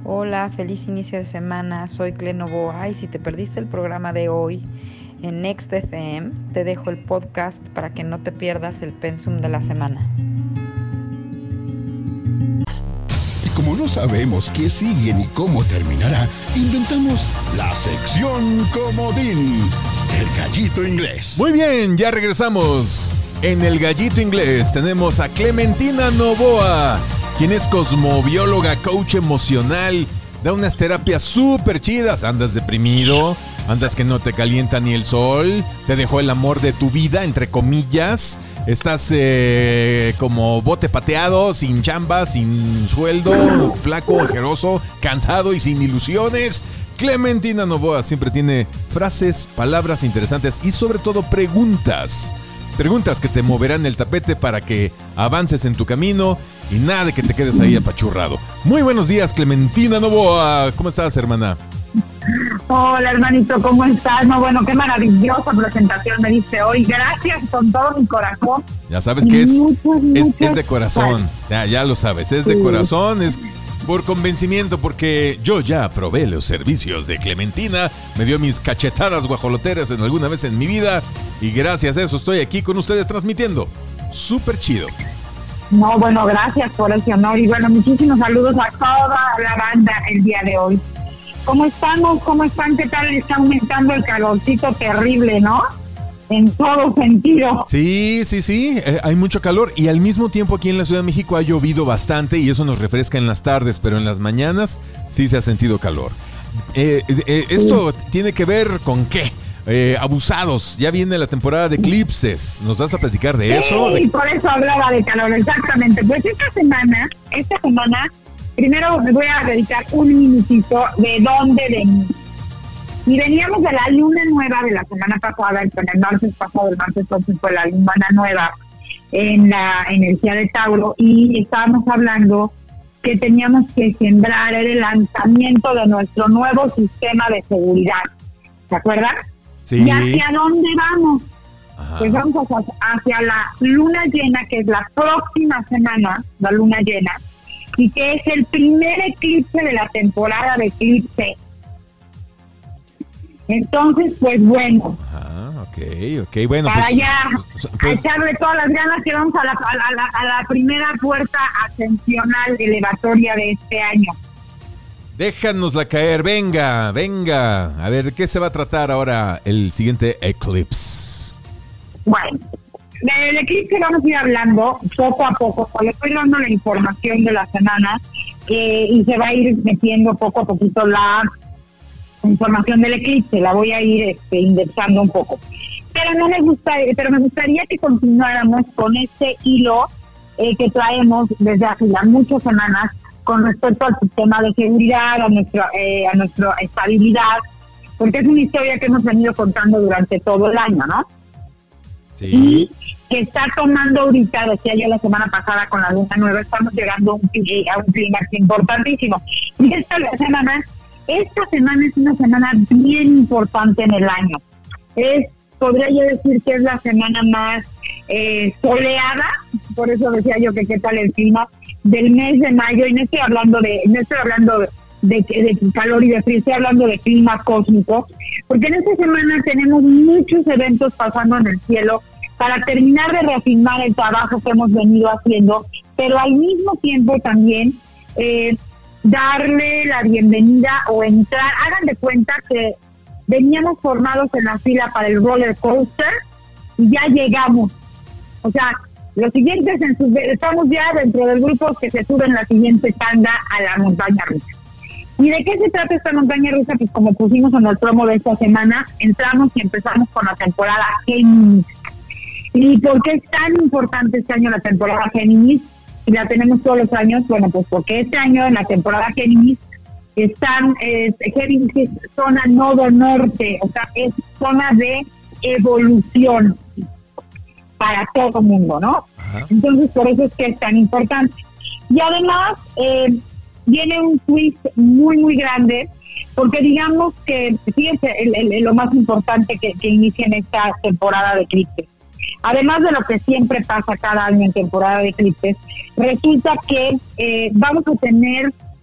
Hola, feliz inicio de semana, soy Cle Novoa y si te perdiste el programa de hoy en Next FM, te dejo el podcast para que no te pierdas el pensum de la semana. Y como no sabemos qué sigue ni cómo terminará, inventamos la sección Comodín, el gallito inglés. Muy bien, ya regresamos. En el gallito inglés tenemos a Clementina Novoa, quien es cosmobióloga, coach emocional, da unas terapias súper chidas. ¿Andas deprimido? ¿Andas que no te calienta ni el sol? ¿Te dejó el amor de tu vida, entre comillas? ¿Estás como bote pateado, sin chamba, sin sueldo, flaco, ojeroso, cansado y sin ilusiones? Clementina Novoa siempre tiene frases, palabras interesantes y sobre todo preguntas. Preguntas que te moverán el tapete para que avances en tu camino y nada de que te quedes ahí apachurrado. Muy buenos días, Clementina Novoa. ¿Cómo estás, hermana? Hola, hermanito, ¿cómo estás? No, bueno, qué maravillosa presentación me diste hoy. Gracias con todo mi corazón. Ya sabes que es de corazón. Ya lo sabes, es de corazón, es por convencimiento, porque yo ya probé los servicios de Clementina, me dio mis cachetadas guajoloteras en alguna vez en mi vida y gracias a eso estoy aquí con ustedes transmitiendo. Súper chido. No, bueno, gracias por ese honor y bueno, muchísimos saludos a toda la banda el día de hoy. ¿Cómo estamos? ¿Cómo están? ¿Qué tal? Está aumentando el calorcito terrible, ¿no? En todo sentido. Sí, hay mucho calor y al mismo tiempo aquí en la Ciudad de México ha llovido bastante y eso nos refresca en las tardes, pero en las mañanas sí se ha sentido calor. ¿Esto tiene que ver con qué? Abusados, ya viene la temporada de eclipses. ¿Nos vas a platicar de eso? Sí, por eso hablaba de calor, exactamente. Pues esta semana, primero me voy a dedicar un minutito de dónde venimos. Y veníamos de la luna nueva de la semana pasada, el martes 11 fue la luna nueva en la energía de Tauro y estábamos hablando que teníamos que sembrar el lanzamiento de nuestro nuevo sistema de seguridad. ¿Se acuerdan? Sí. ¿Y hacia dónde vamos? Ajá. Pues vamos hacia la luna llena, que es la próxima semana, la luna llena, y que es el primer eclipse de la temporada de eclipse. Entonces, pues bueno. Ok, bueno. Para pues, allá, pues, a echarle todas las ganas que vamos a la primera puerta ascensional elevatoria de este año. Déjanosla caer, venga. A ver, ¿de qué se va a tratar ahora el siguiente eclipse? Bueno, del eclipse vamos a ir hablando poco a poco, le estoy dando la información de la semana y se va a ir metiendo poco a poquito la información del eclipse, la voy a ir indexando un poco. Pero me gustaría que continuáramos con este hilo que traemos desde hace ya muchas semanas con respecto al sistema de seguridad, a nuestra estabilidad, porque es una historia que hemos venido contando durante todo el año, ¿no? Sí. Y que está tomando ahorita, decía yo la semana pasada con la luna nueva, estamos llegando a un clímax importantísimo. Y esta semana es una semana bien importante en el año. Podría yo decir que es la semana más soleada, por eso decía yo que qué tal el clima del mes de mayo, y no estoy hablando de calor y de frío, estoy hablando de clima cósmico, porque en esta semana tenemos muchos eventos pasando en el cielo para terminar de reafirmar el trabajo que hemos venido haciendo, pero al mismo tiempo también darle la bienvenida o entrar. Hagan de cuenta que veníamos formados en la fila para el roller coaster y ya llegamos. O sea, los siguientes estamos ya dentro del grupo que se sube en la siguiente tanda a la montaña rusa. ¿Y de qué se trata esta montaña rusa? Pues como pusimos en el promo de esta semana, entramos y empezamos con la temporada Géminis. ¿Y por qué es tan importante este año la temporada Géminis? Y la tenemos todos los años. Bueno, pues porque este año en la temporada Géminis Géminis es zona nodo norte, o sea, es zona de evolución para todo el mundo, ¿no? Ajá. Entonces, por eso es que es tan importante. Y además, viene un twist muy, muy grande, porque digamos que, fíjense, lo más importante que inicia en esta temporada de eclipses. Además de lo que siempre pasa cada año en temporada de eclipses, resulta que vamos a tener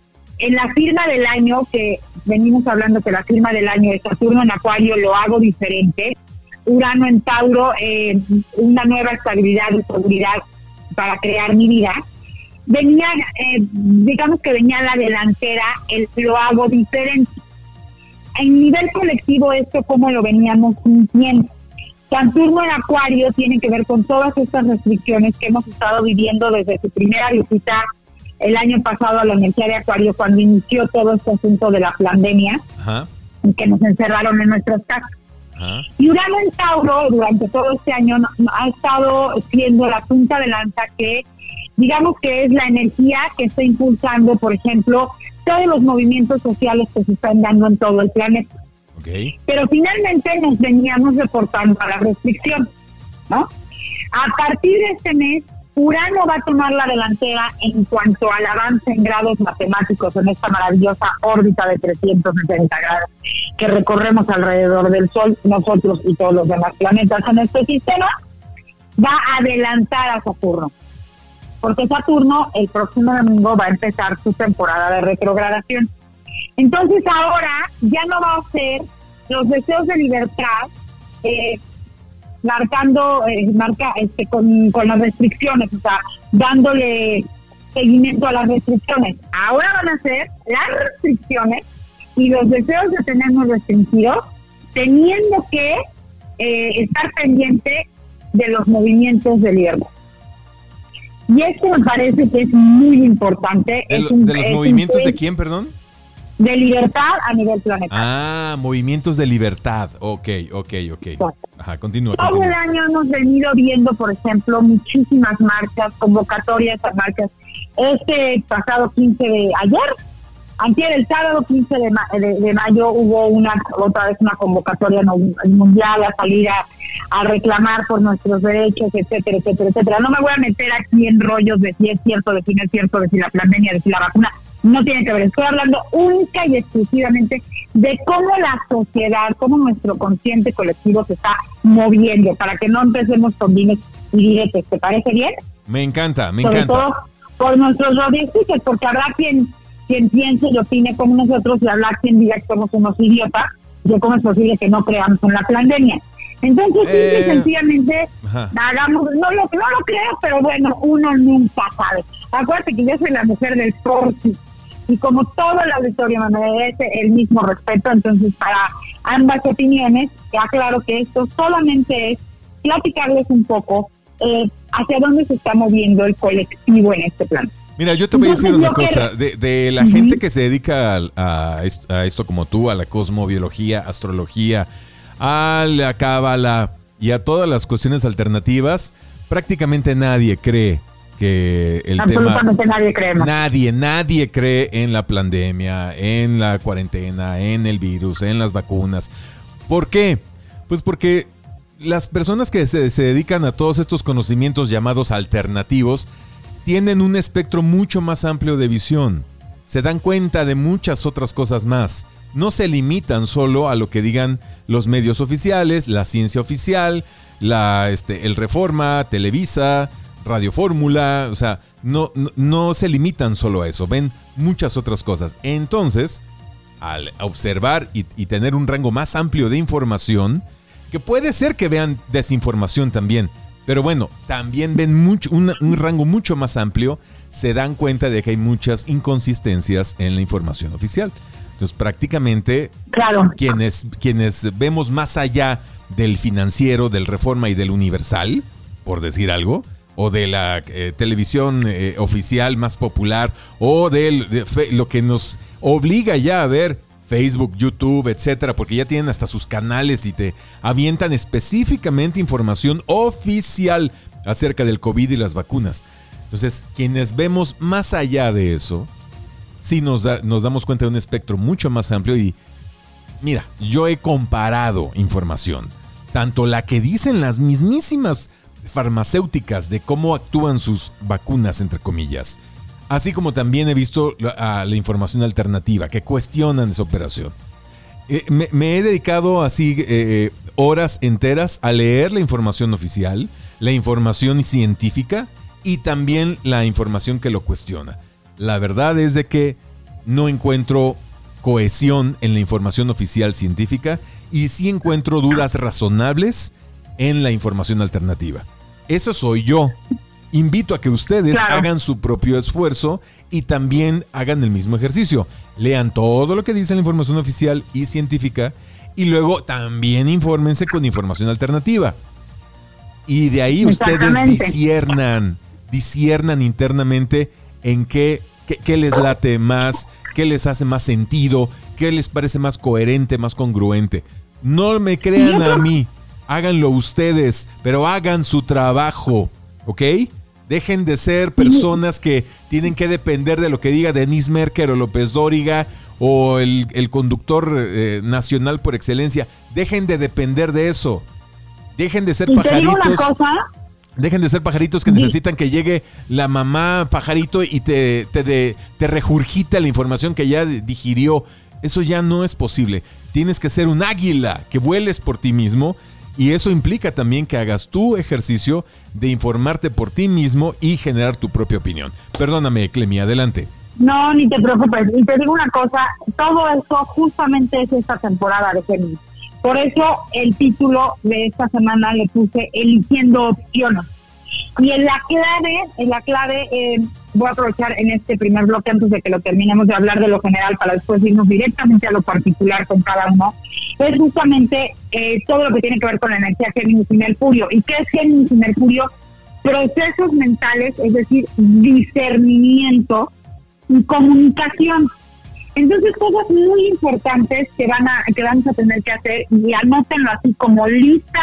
en la firma del año, que venimos hablando que la firma del año de Saturno en Acuario lo hago diferente, Urano en Tauro, una nueva estabilidad y seguridad para crear mi vida, venía, digamos que venía a la delantera, lo hago diferente. En nivel colectivo, esto como lo veníamos sintiendo. Saturno en Acuario tiene que ver con todas estas restricciones que hemos estado viviendo desde su primera visita el año pasado a la energía de Acuario, cuando inició todo este asunto de la pandemia, y que nos encerraron en nuestras casas. Y Urano en Tauro, durante todo este año, ha estado siendo la punta de lanza que, digamos que es la energía que está impulsando, por ejemplo, todos los movimientos sociales que se están dando en todo el planeta. Okay. Pero finalmente nos veníamos reportando a la restricción, ¿no? A partir de este mes, Urano va a tomar la delantera en cuanto al avance en grados matemáticos en esta maravillosa órbita de 360 grados que recorremos alrededor del Sol, nosotros y todos los demás planetas en este sistema. Va a adelantar a Saturno, porque Saturno el próximo domingo va a empezar su temporada de retrogradación. Entonces ahora ya no va a ser los deseos de libertad con las restricciones, o sea, dándole seguimiento a las restricciones. Ahora van a ser las restricciones y los deseos de tenernos restringidos, teniendo que estar pendiente de los movimientos de libertad. Y esto me parece que es muy importante. ¿De los movimientos de quién, perdón? De libertad a nivel planetario. Ah, movimientos de libertad. Ok. Ajá, continúa. Todo el año hemos venido viendo, por ejemplo, muchísimas marchas, convocatorias a marchas. Este pasado el sábado 15 de mayo hubo otra vez una convocatoria mundial a salir a reclamar por nuestros derechos, etcétera, etcétera, etcétera. No me voy a meter aquí en rollos de si es cierto, de si no es cierto, de si la pandemia, de si la vacuna. No tiene que ver, estoy hablando única y exclusivamente de cómo la sociedad, cómo nuestro consciente colectivo se está moviendo, para que no empecemos con dimes y diretes. ¿Te parece bien? Me encanta. Sobre todo por nuestros radioescuchas, porque habrá quien piense y opine como nosotros, y habrá quien diga que somos unos idiotas, y cómo es posible que no creamos en la pandemia. Entonces, sencillamente, hagamos, no lo creo, pero bueno, uno nunca sabe. Acuérdate que yo soy la mujer del Forti, y como todo el auditorio me merece el mismo respeto, entonces para ambas opiniones, aclaro que esto solamente es platicarles un poco hacia dónde se está moviendo el colectivo en este plan. Mira, yo te voy a decir una cosa, de la gente que se dedica a esto como tú, a la cosmobiología, astrología, a la cábala y a todas las cuestiones alternativas, prácticamente nadie cree que el absolutamente tema... nadie creemos. Nadie cree en la pandemia, en la cuarentena, en el virus, en las vacunas. ¿Por qué? Pues porque las personas que se dedican a todos estos conocimientos llamados alternativos tienen un espectro mucho más amplio de visión. Se dan cuenta de muchas otras cosas más. No se limitan solo a lo que digan los medios oficiales, la ciencia oficial, el Reforma, Televisa, Radio Fórmula, o sea, no se limitan solo a eso, ven muchas otras cosas. Entonces, al observar y tener un rango más amplio de información, que puede ser que vean desinformación también, pero bueno, también ven un rango mucho más amplio, se dan cuenta de que hay muchas inconsistencias en la información oficial. Entonces, prácticamente, claro, quienes vemos más allá del Financiero, del Reforma y del Universal, por decir algo, o de la televisión oficial más popular, o de lo que nos obliga ya a ver Facebook, YouTube, etcétera, porque ya tienen hasta sus canales y te avientan específicamente información oficial acerca del COVID y las vacunas. Entonces, quienes vemos más allá de eso, sí nos damos cuenta de un espectro mucho más amplio. Y mira, yo he comparado información, tanto la que dicen las mismísimas farmacéuticas de cómo actúan sus vacunas, entre comillas, así como también he visto la información alternativa que cuestionan esa operación. Me he dedicado así horas enteras a leer la información oficial, la información científica y también la información que lo cuestiona. La verdad es de que no encuentro cohesión en la información oficial científica y sí encuentro dudas razonables en la información alternativa. Eso soy yo. Invito a que ustedes hagan su propio esfuerzo y también hagan el mismo ejercicio. Lean todo lo que dice la información oficial y científica y luego también infórmense con información alternativa. Y de ahí ustedes disciernan internamente en qué les late más, qué les hace más sentido, qué les parece más coherente, más congruente. No me crean a mí, háganlo ustedes, pero hagan su trabajo, ¿ok? Dejen de ser personas que tienen que depender de lo que diga Denise Merker o López Dóriga o el conductor nacional por excelencia. Dejen de depender de eso. Dejen de ser pajaritos. Dejen de ser pajaritos que necesitan que llegue la mamá pajarito y te regurgita la información que ya digirió. Eso ya no es posible. Tienes que ser un águila, que vueles por ti mismo. Y eso implica también que hagas tu ejercicio de informarte por ti mismo y generar tu propia opinión. Perdóname, Clemi, adelante. No, ni te preocupes. Y te digo una cosa, todo esto justamente es esta temporada de Géminis. Por eso el título de esta semana le puse Eligiendo Opciones. Y en la clave voy a aprovechar en este primer bloque antes de que lo terminemos de hablar de lo general para después irnos directamente a lo particular con cada uno. Es justamente todo lo que tiene que ver con la energía Géminis y Mercurio. ¿Y qué es Géminis y Mercurio? Procesos mentales, es decir, discernimiento y comunicación. Entonces, cosas muy importantes que vamos a tener que hacer, y anótenlo así como lista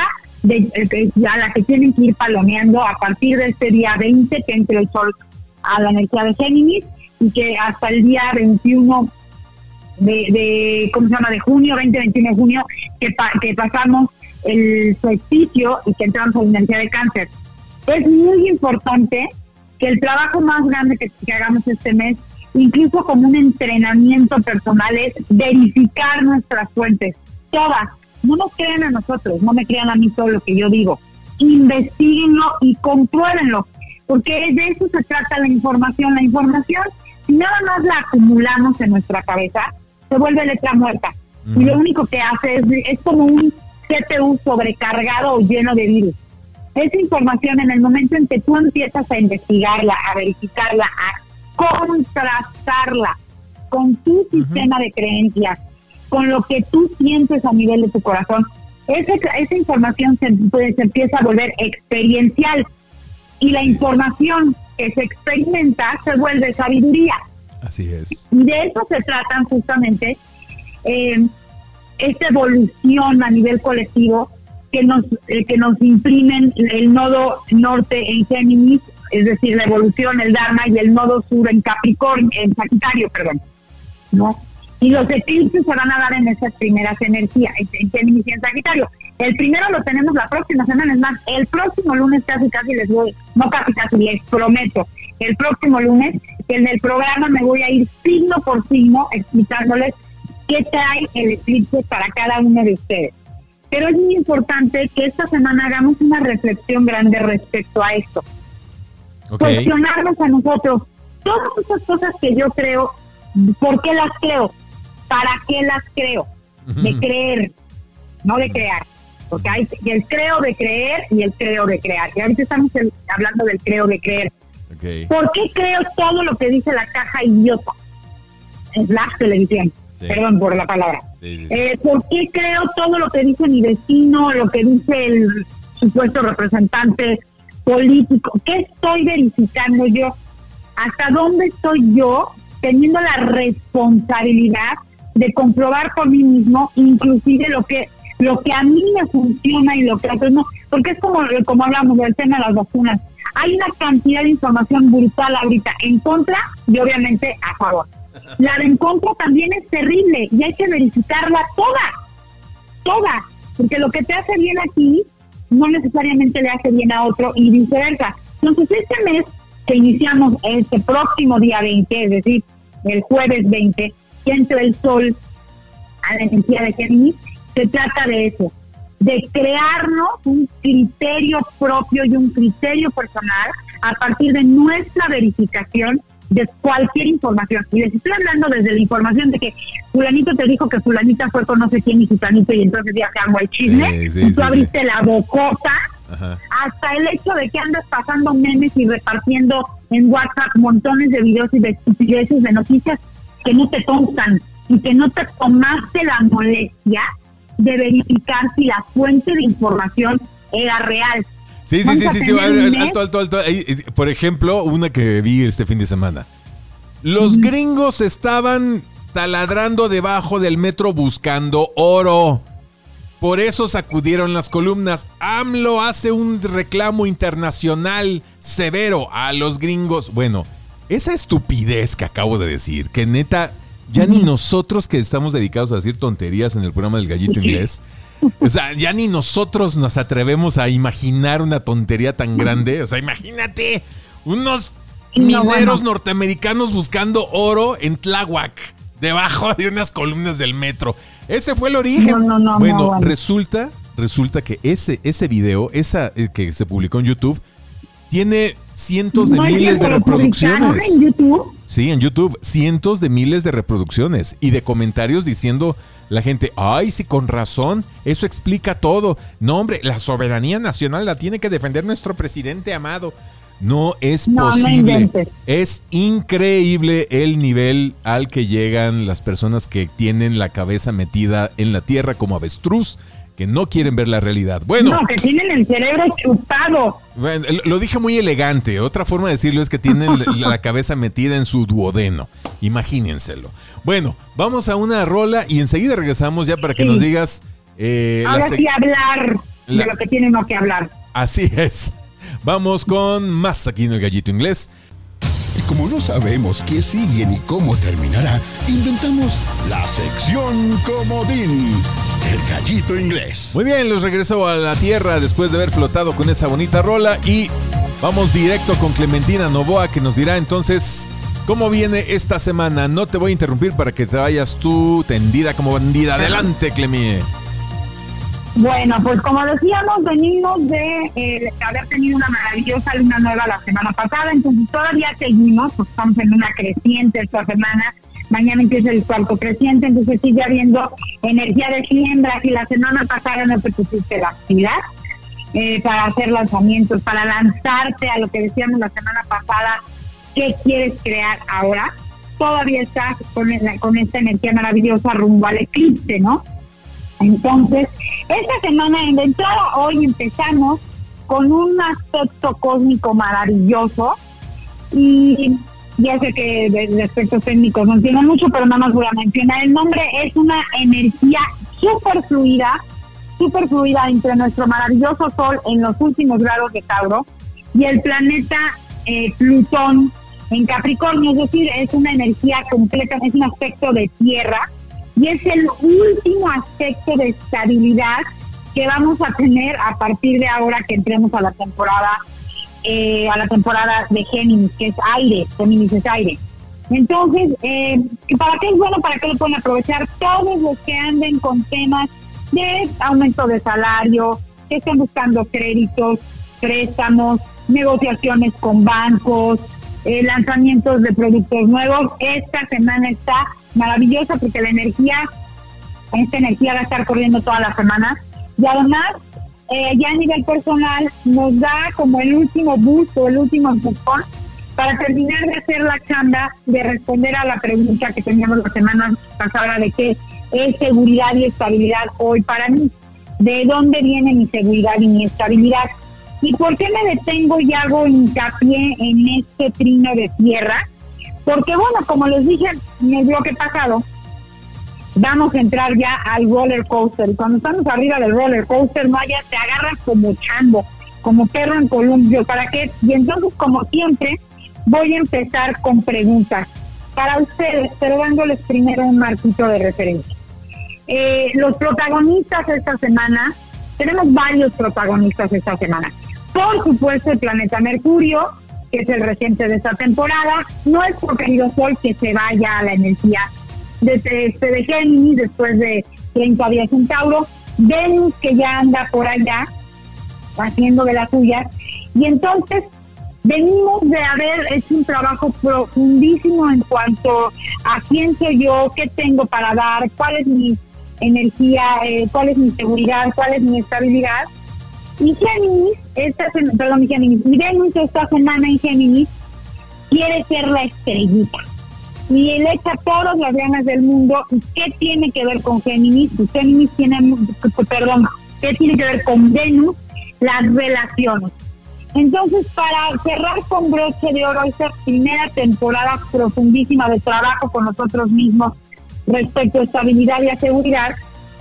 a la que tienen que ir palomeando a partir de este día 20 que entre el sol a la energía de Géminis y que hasta el día 21 de junio, 20-21 de junio, que pasamos el solsticio y que entramos a la energía de Cáncer. Es muy importante que el trabajo más grande que hagamos este mes, incluso como un entrenamiento personal, es verificar nuestras fuentes, todas. No nos crean a nosotros, no me crean a mí todo lo que yo digo. Investíguenlo y compruébenlo, porque de eso se trata la información. La información, si nada más la acumulamos en nuestra cabeza, se vuelve letra muerta. Y lo único que hace es como un CPU sobrecargado o lleno de virus. Esa información, en el momento en que tú empiezas a investigarla, a verificarla, a contrastarla con tu sistema de creencias, con lo que tú sientes a nivel de tu corazón, esa información se empieza a volver experiencial, y la información que se experimenta se vuelve sabiduría. Así es. Y de eso se tratan justamente esta evolución a nivel colectivo que nos imprimen el nodo norte en Géminis, es decir, la evolución, el Dharma, y el nodo sur en Capricornio, en Sagitario, ¿no? Y los eclipses se van a dar en esas primeras energías, en Géminis y en Sagitario. El primero lo tenemos la próxima semana, es más, el próximo lunes casi les prometo, el próximo lunes, que en el programa me voy a ir signo por signo explicándoles qué trae el eclipse para cada uno de ustedes. Pero es muy importante que esta semana hagamos una reflexión grande respecto a esto. Okay. Cuestionarnos a nosotros todas esas cosas que yo creo, ¿por qué las creo? ¿Para qué las creo? De creer, no de crear. Porque hay el creo de creer y el creo de crear. Y ahorita estamos hablando del creo de creer. Okay. ¿Por qué creo todo lo que dice la caja idiota? Es la televisión. Sí. Perdón por la palabra. Sí. ¿Por qué creo todo lo que dice mi vecino, lo que dice el supuesto representante político? ¿Qué estoy verificando yo? ¿Hasta dónde estoy yo teniendo la responsabilidad de comprobar por mí mismo, inclusive lo que a mí me funciona y lo que a otros no? Porque es como hablamos del tema de las vacunas. Hay una cantidad de información brutal ahorita en contra y obviamente a favor. La de en contra también es terrible y hay que verificarla toda, porque lo que te hace bien aquí no necesariamente le hace bien a otro y viceversa. Entonces, este mes que iniciamos este próximo día 20, es decir, el jueves 20, que entra el sol a la energía de Géminis, se trata de eso, de crearnos un criterio propio y un criterio personal a partir de nuestra verificación de cualquier información. Y les estoy hablando desde la información de que fulanito te dijo que fulanita fue con no sé quién y fulanito, y entonces ya se armó el chisme, y tú abriste la bocota. Ajá. Hasta el hecho de que andas pasando memes y repartiendo en WhatsApp montones de videos y de estupideces de noticias que no te constan y que no te tomaste la molestia de verificar si la fuente de información era real. Sí. Alto. Por ejemplo, una que vi este fin de semana. Los gringos estaban taladrando debajo del metro buscando oro. Por eso sacudieron las columnas. AMLO hace un reclamo internacional severo a los gringos. Bueno, esa estupidez que acabo de decir, que neta, ya ni nosotros que estamos dedicados a decir tonterías en el programa del Gallito Inglés, o sea, ya ni nosotros nos atrevemos a imaginar una tontería tan grande. O sea, imagínate unos mineros norteamericanos buscando oro en Tláhuac, debajo de unas columnas del metro. Ese fue el origen. Bueno, resulta que ese video, que se publicó en YouTube, tiene cientos de miles de reproducciones. ¿En YouTube? Sí, en YouTube, cientos de miles de reproducciones y de comentarios diciendo la gente, ay, sí, con razón, eso explica todo. No, hombre, la soberanía nacional la tiene que defender nuestro presidente amado. No es posible. No es increíble el nivel al que llegan las personas que tienen la cabeza metida en la tierra como avestruz, que no quieren ver la realidad. Bueno, no, que tienen el cerebro chupado. Bueno, lo dije muy elegante. Otra forma de decirlo es que tienen la cabeza metida en su duodeno. Imagínenselo. Bueno, vamos a una rola y enseguida regresamos ya para que nos digas... ahora sí hablar de lo que tienen que hablar. Así es. Vamos con más aquí en el Gallito Inglés. Y como no sabemos qué sigue ni cómo terminará, inventamos la sección comodín del Gallito Inglés. Muy bien, los regreso a la tierra después de haber flotado con esa bonita rola y vamos directo con Clementina Novoa, que nos dirá entonces cómo viene esta semana. No te voy a interrumpir para que te vayas tú tendida como bandida. Adelante, Clemi. Bueno, pues como decíamos, venimos de haber tenido una maravillosa luna nueva la semana pasada, entonces todavía seguimos, pues estamos en una creciente esta semana, mañana empieza el cuarto creciente, entonces sigue habiendo energía de siembra. Si la semana pasada no te pusiste la actividad para hacer lanzamientos, para lanzarte a lo que decíamos la semana pasada, ¿qué quieres crear ahora? Todavía estás con esta energía maravillosa rumbo al eclipse, ¿no? Entonces, esta semana de entrada, hoy empezamos con un aspecto cósmico maravilloso y ya sé que de aspectos técnicos no entiendo mucho, pero nada más voy a mencionar el nombre. Es una energía súper fluida entre nuestro maravilloso Sol en los últimos grados de Tauro y el planeta Plutón en Capricornio, es decir, es una energía completa, es un aspecto de tierra. Y es el último aspecto de estabilidad que vamos a tener a partir de ahora que entremos a la temporada de Géminis, que es aire. Géminis es aire. Entonces, ¿para qué es bueno? ¿Para qué lo pueden aprovechar? Todos los que anden con temas de aumento de salario, que estén buscando créditos, préstamos, negociaciones con bancos, lanzamientos de productos nuevos. Esta semana está maravillosa porque esta energía va a estar corriendo toda la semana y además ya a nivel personal nos da como el último boost o el último empujón para terminar de hacer la chamba de responder a la pregunta que teníamos la semana pasada de qué es seguridad y estabilidad hoy para mí. ¿De dónde viene mi seguridad y mi estabilidad? ¿Y por qué me detengo y hago hincapié en este trino de tierra? Porque bueno, como les dije en el bloque pasado, vamos a entrar ya al roller coaster. Y cuando estamos arriba del roller coaster, no ya te agarras como chango, como perro en columpio. ¿Para qué? Y entonces, como siempre, voy a empezar con preguntas para ustedes, pero dándoles primero un marquito de referencia. Los protagonistas esta semana, tenemos varios protagonistas esta semana. Por supuesto, el planeta Mercurio, que es el reciente de esta temporada, nuestro querido Sol, que se vaya a la energía de Géminis después de 30 días en Tauro, Venus, que ya anda por allá haciendo de las suyas, y entonces venimos de haber hecho un trabajo profundísimo en cuanto a quién soy yo, qué tengo para dar, cuál es mi energía, cuál es mi seguridad, cuál es mi estabilidad. Y Géminis, y Venus esta semana en Géminis quiere ser la estrellita. Y él echa todas las ganas del mundo. ¿Y qué tiene que ver con Géminis? Pues Géminis ¿qué tiene que ver con Venus? Las relaciones. Entonces, para cerrar con broche de oro esta primera temporada profundísima de trabajo con nosotros mismos respecto a estabilidad y a seguridad,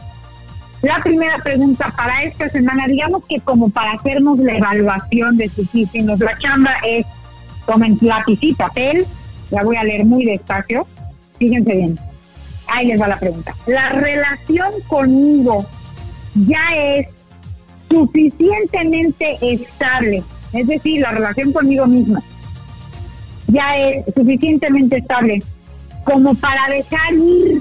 la primera pregunta para esta semana, digamos que como para hacernos la evaluación de si hicimos la chamba, es: tomen lápiz y papel, la voy a leer muy despacio, fíjense bien, ahí les va la pregunta. ¿La relación conmigo ya es suficientemente estable? Es decir, la relación conmigo misma ya es suficientemente estable como para dejar ir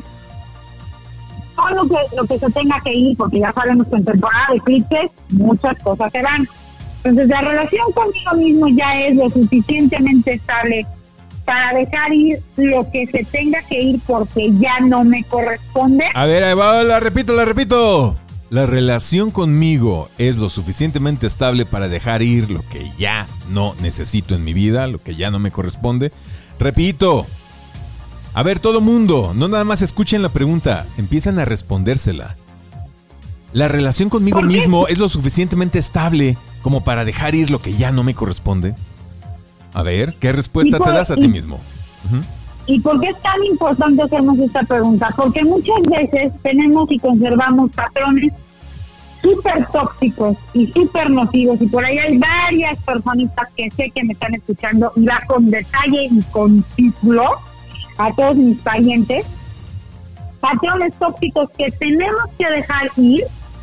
todo lo que se tenga que ir, porque ya sabemos que en temporada de eclipses muchas cosas se van. Entonces, la relación conmigo mismo ya es lo suficientemente estable para dejar ir lo que se tenga que ir porque ya no me corresponde. A ver, ahí va, la repito. La relación conmigo es lo suficientemente estable para dejar ir lo que ya no necesito en mi vida, lo que ya no me corresponde. Repito. A ver, todo mundo, no nada más escuchen la pregunta, empiezan a respondérsela. ¿La relación conmigo mismo es lo suficientemente estable como para dejar ir lo que ya no me corresponde? A ver, ¿qué respuesta te das a ti mismo? Uh-huh. ¿Y por qué es tan importante hacernos esta pregunta? Porque muchas veces tenemos y conservamos patrones súper tóxicos y súper nocivos, y por ahí hay varias personitas que sé que me están escuchando, y va con detalle y con título a todos mis parientes, patrones tóxicos que tenemos que dejar ir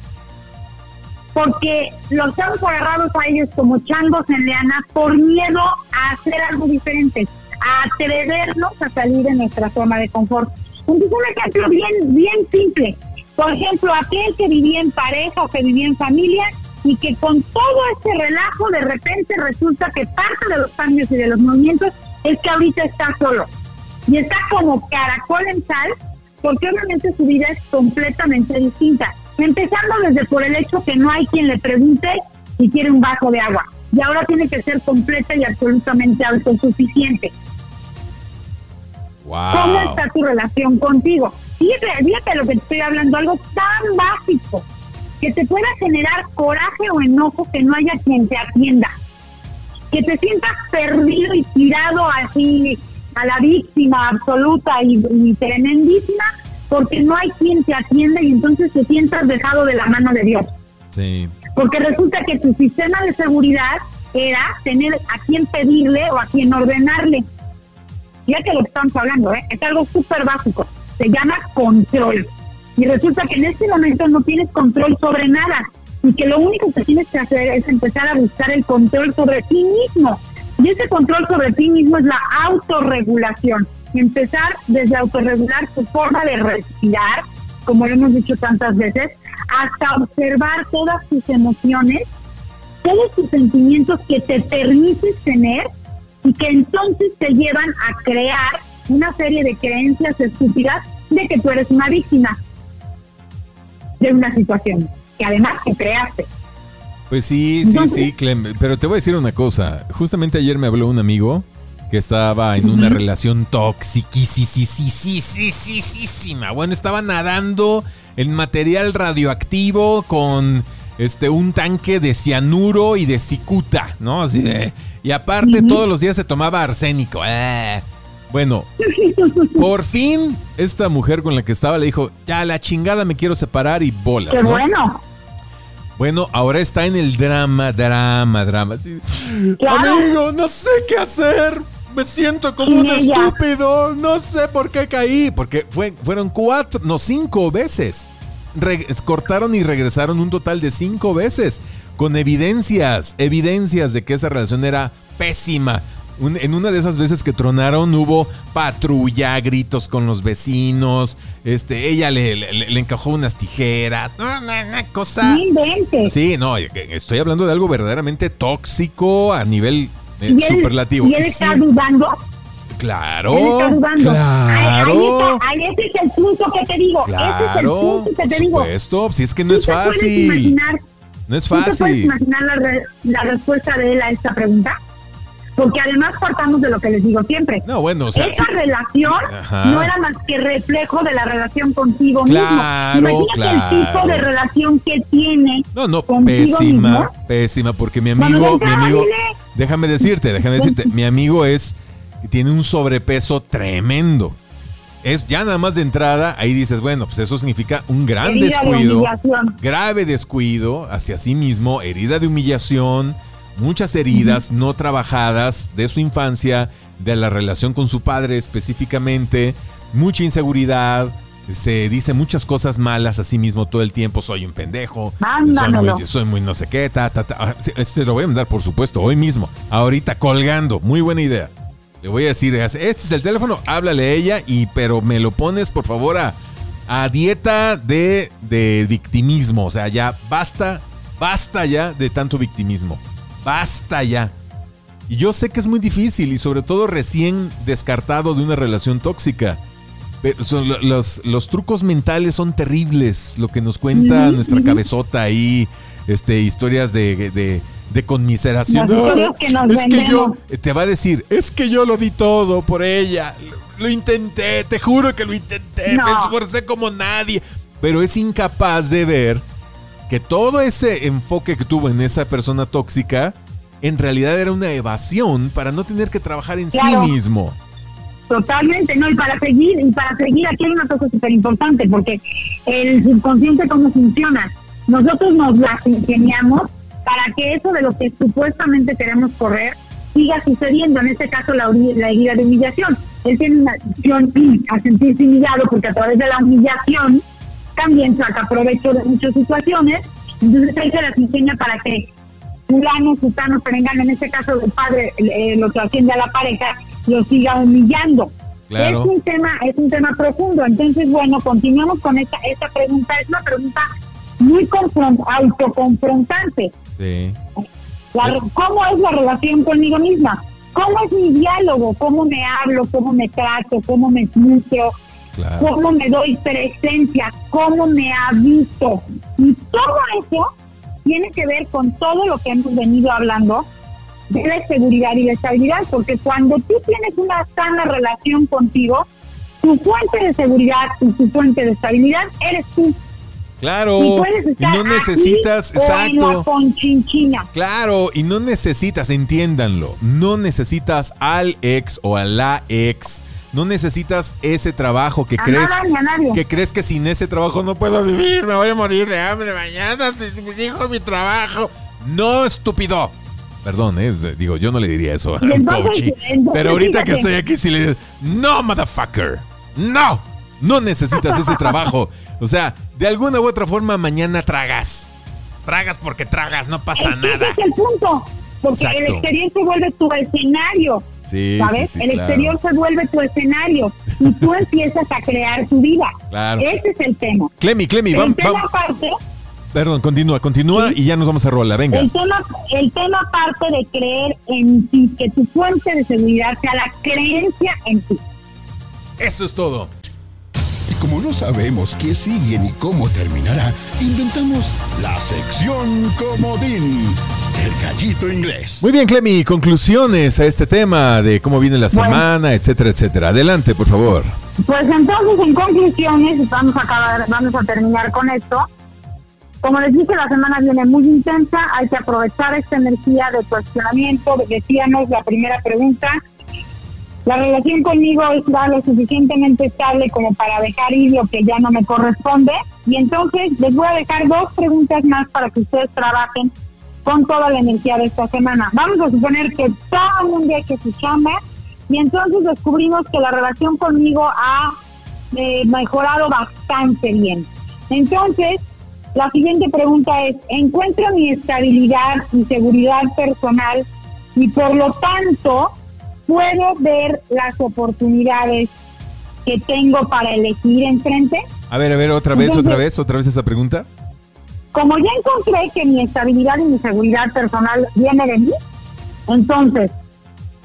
porque los estamos agarrados a ellos como changos en liana por miedo a hacer algo diferente, a atrevernos a salir de nuestra zona de confort. Entonces, un ejemplo bien simple. Por ejemplo, aquel que vivía en pareja o que vivía en familia y que con todo este relajo de repente resulta que parte de los cambios y de los movimientos es que ahorita está solo. Y está como caracol en sal, porque obviamente su vida es completamente distinta. Empezando desde por el hecho que no hay quien le pregunte si quiere un vaso de agua. Y ahora tiene que ser completa y absolutamente autosuficiente. Wow. ¿Cómo está tu relación contigo? Fíjate lo que te estoy hablando, algo tan básico que te pueda generar coraje o enojo que no haya quien te atienda. Que te sientas perdido y tirado así a la víctima absoluta y tremendísima porque no hay quien te atienda, y entonces te sientas dejado de la mano de Dios. Sí. Porque resulta que tu sistema de seguridad era tener a quien pedirle o a quien ordenarle. Fíjate lo que estamos hablando, es algo súper básico. Se llama control. Y resulta que en este momento no tienes control sobre nada. Y que lo único que tienes que hacer es empezar a buscar el control sobre ti mismo. Y ese control sobre ti mismo es la autorregulación. Empezar desde autorregular tu forma de respirar, como lo hemos dicho tantas veces, hasta observar todas tus emociones, todos tus sentimientos que te permites tener y que entonces te llevan a crear una serie de creencias estúpidas de que tú eres una víctima de una situación que además te creaste. Pues sí, Clem, pero te voy a decir una cosa. Justamente ayer me habló un amigo que estaba en una relación toxiquísima. Bueno, estaba nadando en material radioactivo con un tanque de cianuro y de cicuta, ¿no? Así de, y aparte todos los días se tomaba arsénico. Bueno, por fin esta mujer con la que estaba le dijo: ya, la chingada, me quiero separar y bolas, ¡qué ¿no? bueno! Bueno, ahora está en el drama. Sí. Claro. Amigo, no sé qué hacer. Me siento como un estúpido. No sé por qué caí. Porque fueron 5 veces. Cortaron y regresaron un total de 5 veces. Con evidencias de que esa relación era pésima. En una de esas veces que tronaron hubo patrulla, gritos con los vecinos, ella le encajó unas tijeras, una cosa... ¡Inventes! Sí, no, estoy hablando de algo verdaderamente tóxico a nivel superlativo. Y él está dudando. Claro, Él está dudando. claro. Ahí ese es el punto que te digo. Claro, ese es el punto que te digo. por supuesto, si es que no es fácil. No es ¿Tú te puedes fácil. imaginar la respuesta de él a esta pregunta? Porque además partamos de lo que les digo siempre. No, bueno, o sea, esa relación no era más que reflejo de la relación contigo mismo. Imagínate el tipo de relación que tiene. No, contigo mismo. pésima, porque mi amigo, déjame decirte, mi amigo tiene un sobrepeso tremendo. Es ya nada más de entrada, ahí dices, bueno, pues eso significa un gran descuido, grave descuido hacia sí mismo, herida de humillación, muchas heridas no trabajadas de su infancia, de la relación con su padre específicamente, mucha inseguridad, se dice muchas cosas malas a sí mismo todo el tiempo, soy un pendejo, soy muy no sé qué, lo voy a mandar por supuesto hoy mismo, ahorita colgando, muy buena idea. Le voy a decir, este es el teléfono, háblale a ella, pero me lo pones por favor a dieta de victimismo, o sea, ya basta ya de tanto victimismo. Basta ya. Y yo sé que es muy difícil y sobre todo recién descartado de una relación tóxica. Pero los trucos mentales son terribles. Lo que nos cuenta nuestra cabezota ahí, historias de conmiseración. Es que yo te va a decir, es que yo lo di todo por ella. Lo intenté, te juro que lo intenté. Me esforcé como nadie. Pero es incapaz de ver que todo ese enfoque que tuvo en esa persona tóxica en realidad era una evasión para no tener que trabajar en sí mismo. Totalmente, ¿no? Y para seguir aquí hay una cosa súper importante, porque el subconsciente, ¿cómo funciona? Nosotros nos las ingeniamos para que eso de lo que supuestamente queremos correr siga sucediendo, en este caso la herida de humillación. Él tiene una acción a sentirse humillado porque a través de la humillación también saca provecho de muchas situaciones, entonces ahí se las ingenia para que fulano, sutano, perengano, en este caso del padre, lo que asciende a la pareja, lo siga humillando. Claro. Es un tema profundo. Entonces, bueno, continuamos con esta pregunta. Es una pregunta muy autoconfrontante. Sí. ¿Cómo es la relación conmigo misma? ¿Cómo es mi diálogo? ¿Cómo me hablo? ¿Cómo me trato? ¿Cómo me nutro? Claro. ¿Cómo me doy presencia? ¿Cómo me habito? Y todo eso tiene que ver con todo lo que hemos venido hablando de la seguridad y la estabilidad, porque cuando tú tienes una sana relación contigo, tu fuente de seguridad y tu fuente de estabilidad eres tú. Claro, y no necesitas, exacto. Claro, y no necesitas, entiéndanlo, no necesitas al ex o a la ex. No necesitas ese trabajo que crees que sin ese trabajo no puedo vivir, me voy a morir de hambre mañana si me dijo mi trabajo. No, estúpido. Perdón, yo no le diría eso a un coach. Pero ahorita que estoy aquí sí le digo, no, motherfucker. No necesitas ese trabajo. O sea, de alguna u otra forma mañana tragas. Tragas porque tragas, no pasa nada. Ese es el punto. Porque exacto. El exterior se vuelve tu escenario, ¿sabes? Sí, el exterior se vuelve tu escenario y tú empiezas a crear tu vida. Claro. Ese es el tema. Clemi, vamos. Perdón, continúa ¿sí? Y ya nos vamos a rola, venga. El tema parte de creer en ti, que tu fuente de seguridad sea la creencia en ti. Eso es todo. Como no sabemos qué sigue ni cómo terminará, inventamos la sección comodín. El gallito inglés. Muy bien, Clemi, conclusiones a este tema de cómo viene la semana, etcétera, etcétera. Adelante, por favor. Pues entonces, en conclusiones, vamos a terminar con esto. Como les dije, la semana viene muy intensa, hay que aprovechar esta energía de cuestionamiento. Decíamos la primera pregunta, la relación conmigo es lo suficientemente estable como para dejar ir lo que ya no me corresponde. Y entonces les voy a dejar 2 preguntas más para que ustedes trabajen con toda la energía de esta semana. Vamos a suponer que todo el mundo ha hecho su chamba y entonces descubrimos que la relación conmigo ha mejorado bastante bien. Entonces, la siguiente pregunta es, ¿encuentro mi estabilidad y seguridad personal y por lo tanto puedo ver las oportunidades que tengo para elegir enfrente? A ver, otra vez esa pregunta. Como ya encontré que mi estabilidad y mi seguridad personal viene de mí, entonces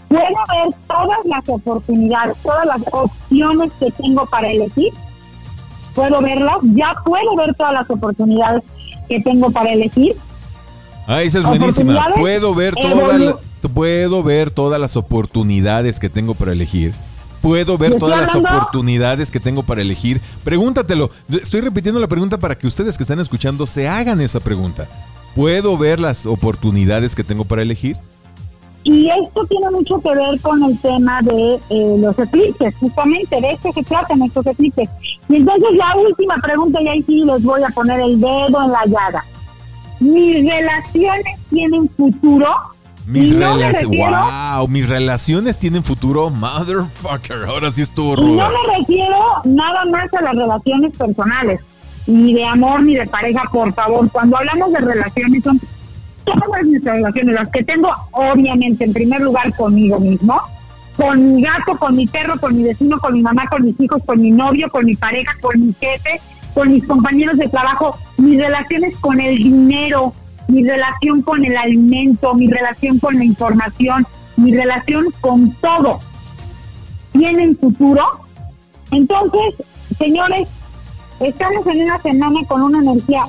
¿Puedo ver todas las oportunidades, todas las opciones que tengo para elegir? ¿Puedo verlas? ¿Ya puedo ver todas las oportunidades que tengo para elegir? Ah, esa es buenísima. Puedo ver todas las oportunidades que tengo para elegir. Puedo ver todas las oportunidades que tengo para elegir. Pregúntatelo. Estoy repitiendo la pregunta para que ustedes que están escuchando se hagan esa pregunta. ¿Puedo ver las oportunidades que tengo para elegir? Y esto tiene mucho que ver con el tema de los eclipses, justamente de esto se tratan estos eclipses. Y entonces la última pregunta, y ahí sí les voy a poner el dedo en la llaga. ¿Mis relaciones tienen futuro? Mis relaciones tienen futuro, motherfucker. Ahora sí estuvo ruda. Y no me refiero nada más a las relaciones personales, ni de amor, ni de pareja, por favor. Cuando hablamos de relaciones, son todas nuestras relaciones, las que tengo, obviamente, en primer lugar, conmigo mismo, con mi gato, con mi perro, con mi vecino, con mi mamá, con mis hijos, con mi novio, con mi pareja, con mi jefe, con mis compañeros de trabajo, mis relaciones con el dinero, mi relación con el alimento, mi relación con la información, mi relación con todo. ¿Tienen futuro? Entonces, señores, estamos en una semana con una energía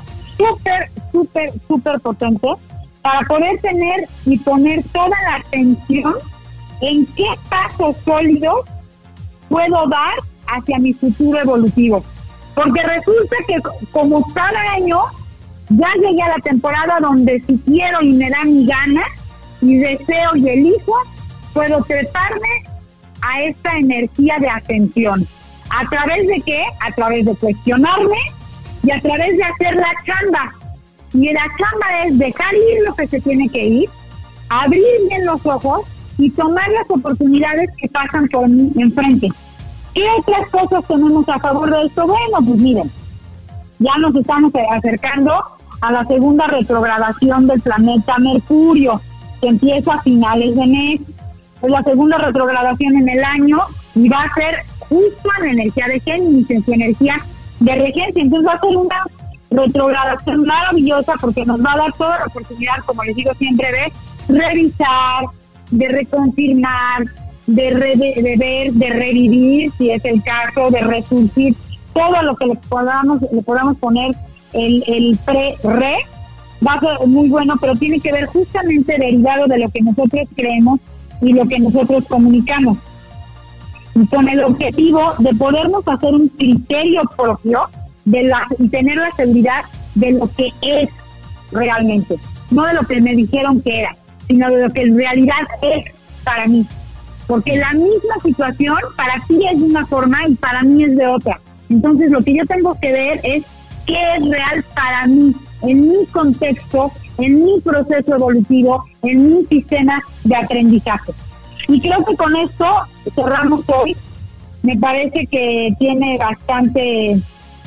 súper potente para poder tener y poner toda la atención en qué pasos sólidos puedo dar hacia mi futuro evolutivo. Porque resulta que como cada año ya llegué a la temporada donde si quiero y me da mi gana y deseo y elijo, puedo treparme a esta energía de ascensión. ¿A través de qué? A través de cuestionarme y a través de hacer la chamba. Y la chamba es dejar ir lo que se tiene que ir, abrir bien los ojos y tomar las oportunidades que pasan por mí enfrente. ¿Qué otras cosas tenemos a favor de esto? Bueno, pues miren, ya nos estamos acercando a la segunda retrogradación del planeta Mercurio, que empieza a finales de mes. Es la segunda retrogradación en el año y va a ser justo en la energía de Géminis, en su energía de regencia. Entonces va a ser una retrogradación maravillosa porque nos va a dar toda la oportunidad, como les digo siempre, de revisar, de reconfirmar, de ver, de revivir, si es el caso, de resurgir, todo lo que le podamos poner el pre-re, va a ser muy bueno, pero tiene que ver justamente derivado de lo que nosotros creemos y lo que nosotros comunicamos. Y con el objetivo de podernos hacer un criterio propio y tener la seguridad de lo que es realmente, no de lo que me dijeron que era, sino de lo que en realidad es para mí. Porque la misma situación para ti es de una forma y para mí es de otra. Entonces lo que yo tengo que ver es qué es real para mí, en mi contexto, en mi proceso evolutivo, en mi sistema de aprendizaje. Y creo que con esto cerramos hoy. Me parece que tiene bastante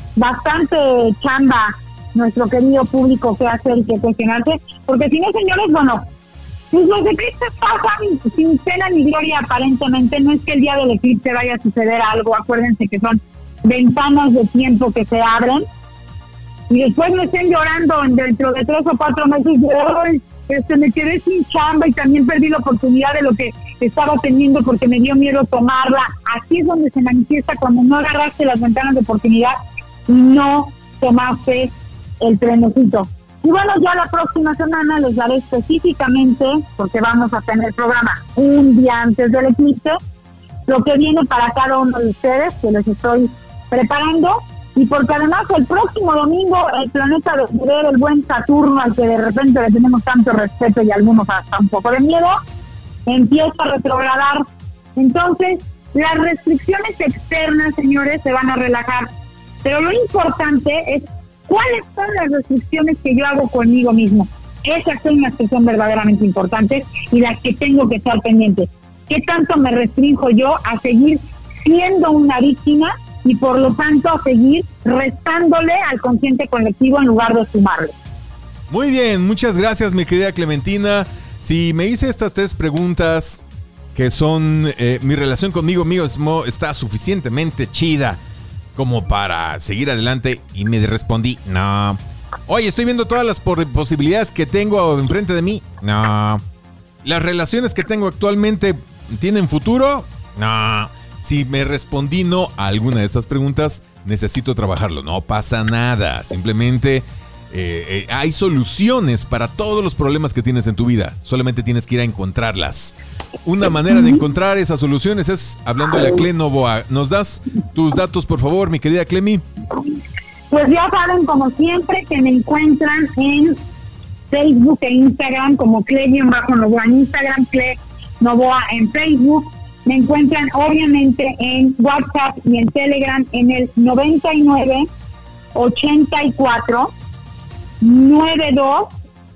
chamba nuestro querido público que hacer y que cuestionarse, porque si no, señores, bueno, pues los eclipses pasan sin pena ni gloria aparentemente. No es que el día del eclipse vaya a suceder algo, acuérdense que son ventanas de tiempo que se abren y después me estén llorando dentro de 3 o 4 meses de me quedé sin chamba y también perdí la oportunidad de lo que estaba teniendo porque me dio miedo tomarla. Así es donde se manifiesta cuando no agarraste las ventanas de oportunidad y no tomaste el trenecito. Y bueno, ya la próxima semana les daré específicamente, porque vamos a tener programa un día antes del eclipse, lo que viene para cada uno de ustedes, que les estoy preparando, y porque además el próximo domingo el planeta de ver el buen Saturno, al que de repente le tenemos tanto respeto y algunos hasta un poco de miedo, empieza a retrogradar. Entonces, las restricciones externas, señores, se van a relajar, pero lo importante es ¿cuáles son las restricciones que yo hago conmigo mismo? Esas son las que son verdaderamente importantes y las que tengo que estar pendientes. ¿Qué tanto me restringo yo a seguir siendo una víctima y por lo tanto a seguir restándole al consciente colectivo en lugar de sumarle? Muy bien, muchas gracias, mi querida Clementina. Si me hice estas 3 preguntas que son mi relación conmigo mismo está suficientemente chida como para seguir adelante, y me respondí, no. Oye, estoy viendo todas las posibilidades que tengo enfrente de mí, no. Las relaciones que tengo actualmente ¿tienen futuro? No. Si me respondí no a alguna de estas preguntas, necesito trabajarlo. No pasa nada. Simplemente hay soluciones para todos los problemas que tienes en tu vida. Solamente tienes que ir a encontrarlas. Una manera de encontrar esas soluciones es hablándole a Cle Novoa. ¿Nos das tus datos, por favor, mi querida Clemi? Pues ya saben, como siempre, que me encuentran en Facebook e Instagram como Cle-Novoa en Instagram, Cle Novoa en Facebook. Me encuentran obviamente en WhatsApp y en Telegram en el 99 84 92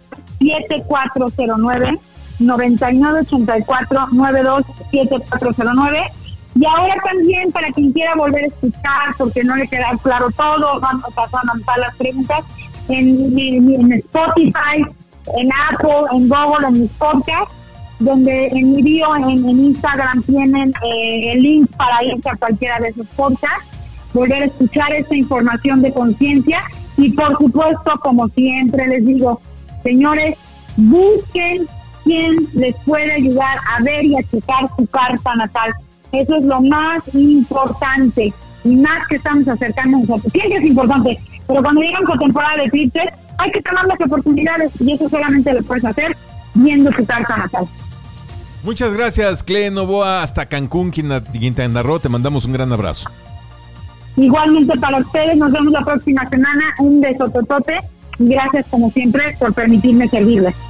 7409, 99 84 92 7409. Y ahora también, para quien quiera volver a escuchar, porque no le queda claro todo, vamos a pasar a mandar las preguntas en Spotify, en Apple, en Google, en mis podcasts, donde en mi bio en Instagram tienen el link para irse a cualquiera de esos podcasts, volver a escuchar esta información de conciencia. Y por supuesto, como siempre les digo, señores, busquen quién les puede ayudar a ver y a checar su carta natal. Eso es lo más importante, y más que estamos acercándonos a... Sí, es importante, pero cuando llegamos a temporada de eclipses, hay que tomar las oportunidades, y eso solamente lo puedes hacer viendo tu carta natal. Muchas gracias, Cle Novoa, hasta Cancún, Quintana Roo. Te mandamos un gran abrazo. Igualmente para ustedes, nos vemos la próxima semana. Un beso totote, y gracias como siempre por permitirme servirles.